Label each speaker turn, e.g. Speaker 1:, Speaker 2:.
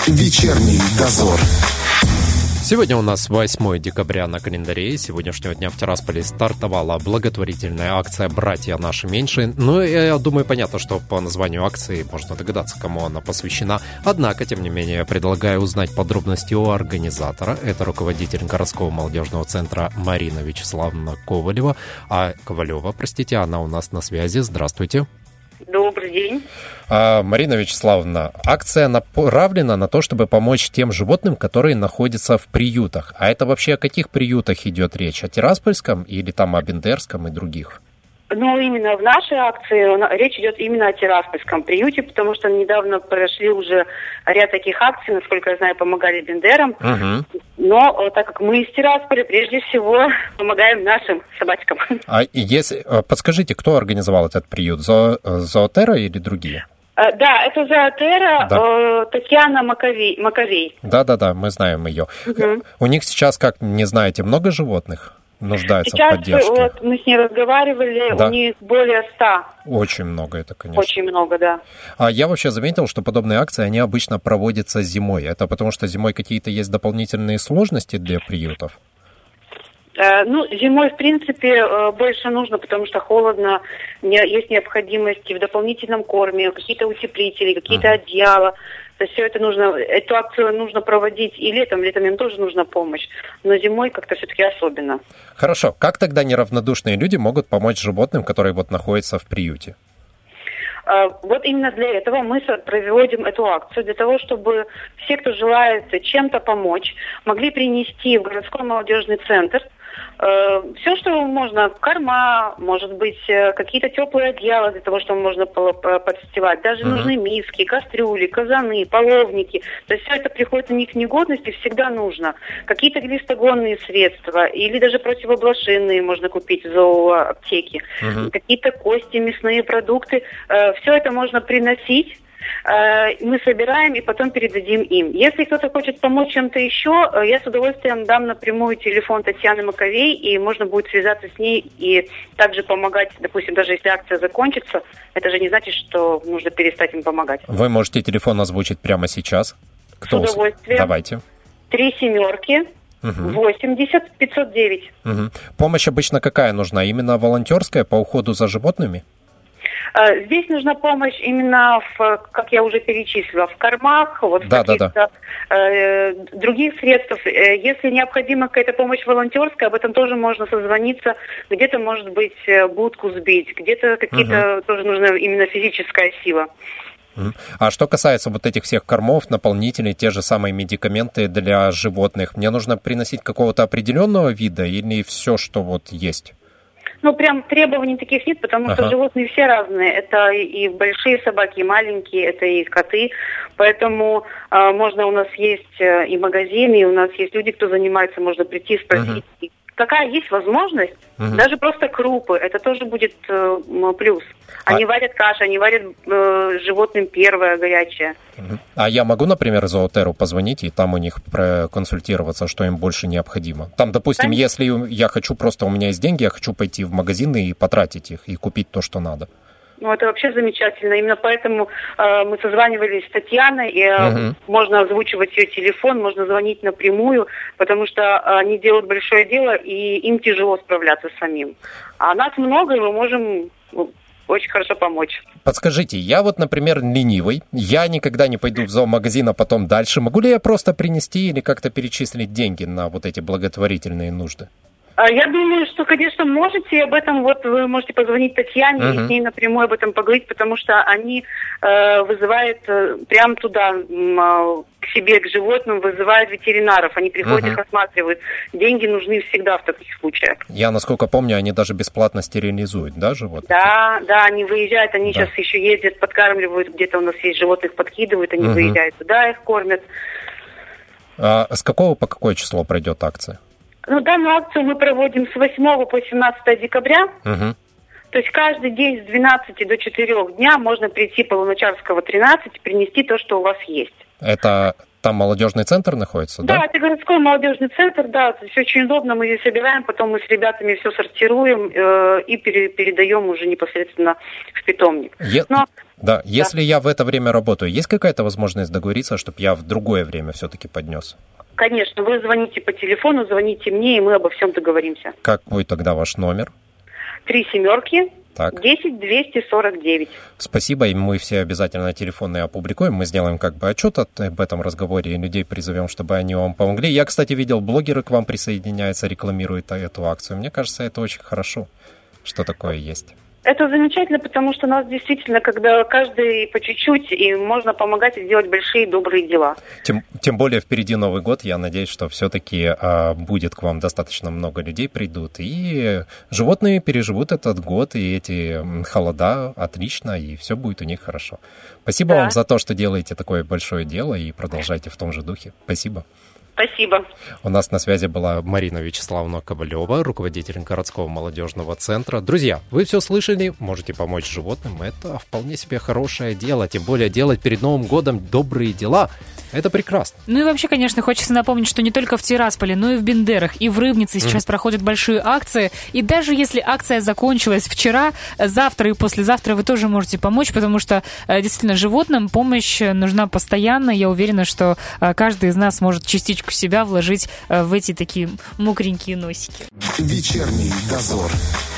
Speaker 1: Вечерний дозор.
Speaker 2: Сегодня у нас 8 декабря на календаре, и сегодняшнего дня в Тирасполе стартовала благотворительная акция «Братья наши меньшие». Ну, я думаю, понятно, что по названию акции можно догадаться, кому она посвящена. Однако, тем не менее, я предлагаю узнать подробности у организатора. Это руководитель городского молодежного центра Марина Вячеславовна Ковалева. Она у нас на связи. Здравствуйте.
Speaker 3: Добрый день.
Speaker 2: Марина Вячеславовна, акция направлена на то, чтобы помочь тем животным, которые находятся в приютах. А это вообще о каких приютах идет речь? О Тираспольском или там о Бендерском и других?
Speaker 3: Ну, именно в нашей акции речь идет именно о Тираспольском приюте, потому что недавно прошли уже ряд таких акций, насколько я знаю, помогали Бендерам.
Speaker 2: Угу.
Speaker 3: Но так как мы из Тирасполя, прежде всего помогаем нашим собачкам.
Speaker 2: Подскажите, кто организовал этот приют? Зоотера или другие?
Speaker 3: Да, это Зоотера,
Speaker 2: да.
Speaker 3: Татьяна Маковей.
Speaker 2: Да, мы знаем ее.
Speaker 3: Угу.
Speaker 2: У них сейчас, как не знаете, много животных нуждаются
Speaker 3: сейчас
Speaker 2: в поддержке?
Speaker 3: Вот мы с ней разговаривали,
Speaker 2: да.
Speaker 3: У них более 100.
Speaker 2: Очень много это, конечно.
Speaker 3: Очень много, да.
Speaker 2: А я вообще заметил, что подобные акции, они обычно проводятся зимой. Это потому что зимой какие-то есть дополнительные сложности для приютов?
Speaker 3: Зимой, в принципе, больше нужно, потому что холодно, есть необходимость в дополнительном корме, какие-то утеплители, какие-то одеяла. То есть все это нужно, эту акцию нужно проводить и летом им тоже нужна помощь, но зимой как-то все-таки особенно.
Speaker 2: Хорошо, как тогда неравнодушные люди могут помочь животным, которые вот находятся в приюте?
Speaker 3: Вот именно для этого мы проводим эту акцию, для того, чтобы все, кто желает чем-то помочь, могли принести в городской молодежный центр все, что можно, корма, может быть, какие-то теплые одеяла для того, чтобы можно подстилать. Даже нужны миски, кастрюли, казаны, половники. То есть все это приходит у них в негодность и всегда нужно. Какие-то глистогонные средства или даже противоблошинные можно купить в зооаптеке. Какие-то кости, мясные продукты. Все это можно приносить. Мы собираем и потом передадим им. Если кто-то хочет помочь чем-то еще, я с удовольствием дам напрямую телефон Татьяны Маковей, и можно будет связаться с ней и также помогать, допустим, даже если акция закончится, это же не значит, что нужно перестать им помогать.
Speaker 2: Вы можете телефон озвучить прямо сейчас?
Speaker 3: С удовольствием.
Speaker 2: Давайте.
Speaker 3: 3 семерки. 80 509.
Speaker 2: Помощь обычно какая нужна? Именно волонтерская по уходу за животными?
Speaker 3: Здесь нужна помощь именно, как я уже перечислила, в кормах, в каких-то других средствах. Если необходима какая-то помощь волонтерская, об этом тоже можно созвониться. Где-то, может быть, будку сбить, где-то какие-то тоже нужна именно физическая сила.
Speaker 2: А что касается вот этих всех кормов, наполнителей, те же самые медикаменты для животных, мне нужно приносить какого-то определенного вида или все, что вот есть?
Speaker 3: Прям требований таких нет, потому что животные все разные. Это и большие собаки, и маленькие, это и коты. Поэтому у нас есть и магазины, и у нас есть люди, кто занимается, можно прийти, спросить. Какая есть возможность, даже просто крупы, это тоже будет плюс. Они варят кашу, они варят животным первое горячее.
Speaker 2: А я могу, например, Зоотеру позвонить и там у них проконсультироваться, что им больше необходимо? Там, допустим, если я хочу, просто у меня есть деньги, я хочу пойти в магазин и потратить их, и купить то, что надо.
Speaker 3: Это вообще замечательно. Именно поэтому мы созванивались с Татьяной, и можно озвучивать ее телефон, можно звонить напрямую, потому что они делают большое дело, и им тяжело справляться самим. А нас много, и мы можем очень хорошо помочь.
Speaker 2: Подскажите, я вот, например, ленивый, я никогда не пойду в зоомагазин, а потом дальше. Могу ли я просто принести или как-то перечислить деньги на вот эти благотворительные нужды?
Speaker 3: Я думаю, что, конечно, можете об этом, вы можете позвонить Татьяне и с ней напрямую об этом поговорить, потому что они вызывают прямо туда, к себе, к животным, вызывают ветеринаров, они приходят, их осматривают. Деньги нужны всегда в таких случаях.
Speaker 2: Я, насколько помню, они даже бесплатно стерилизуют, да, животных?
Speaker 3: Да, они выезжают, они сейчас еще ездят, подкармливают, где-то у нас есть животных, подкидывают, они выезжают туда, их кормят.
Speaker 2: А с какого по какое число пройдет акция?
Speaker 3: Данную акцию мы проводим с 8 по 17 декабря. То есть каждый день с 12 до 4 дня можно прийти по Луначарского 13 и принести то, что у вас есть.
Speaker 2: Это там молодежный центр находится, да?
Speaker 3: Да, это городской молодежный центр, да, все очень удобно, мы здесь собираем, потом мы с ребятами все сортируем и передаем уже непосредственно в питомник.
Speaker 2: Если я в это время работаю, есть какая-то возможность договориться, чтобы я в другое время все-таки поднес?
Speaker 3: Конечно, вы звоните по телефону, звоните мне, и мы обо всем договоримся.
Speaker 2: Как будет тогда ваш номер?
Speaker 3: 3 семерки. Так. 10-249.
Speaker 2: Спасибо, и мы все обязательно телефоны опубликуем. Мы сделаем отчет об этом разговоре и людей призовем, чтобы они вам помогли. Я, кстати, видел, блогеры к вам присоединяются, рекламируют эту акцию. Мне кажется, это очень хорошо, что такое есть.
Speaker 3: Это замечательно, потому что у нас действительно, когда каждый по чуть-чуть, и можно помогать и делать большие добрые дела.
Speaker 2: Тем более впереди Новый год. Я надеюсь, что все-таки будет к вам достаточно много людей придут. И животные переживут этот год, и эти холода отлично, и все будет у них хорошо. Спасибо вам за то, что делаете такое большое дело, и продолжайте в том же духе. Спасибо.
Speaker 3: Спасибо.
Speaker 2: У нас на связи была Марина Вячеславовна Ковалева, руководитель городского молодежного центра. Друзья, вы все слышали, можете помочь животным. Это вполне себе хорошее дело. Тем более делать перед Новым годом добрые дела. Это прекрасно.
Speaker 1: Ну и вообще, конечно, хочется напомнить, что не только в Тирасполе, но и в Бендерах, и в Рыбнице сейчас проходят большие акции. И даже если акция закончилась вчера, завтра и послезавтра вы тоже можете помочь, потому что действительно животным помощь нужна постоянно. Я уверена, что каждый из нас может частичку себя вложить в эти такие мокренькие носики.
Speaker 4: Вечерний дозор.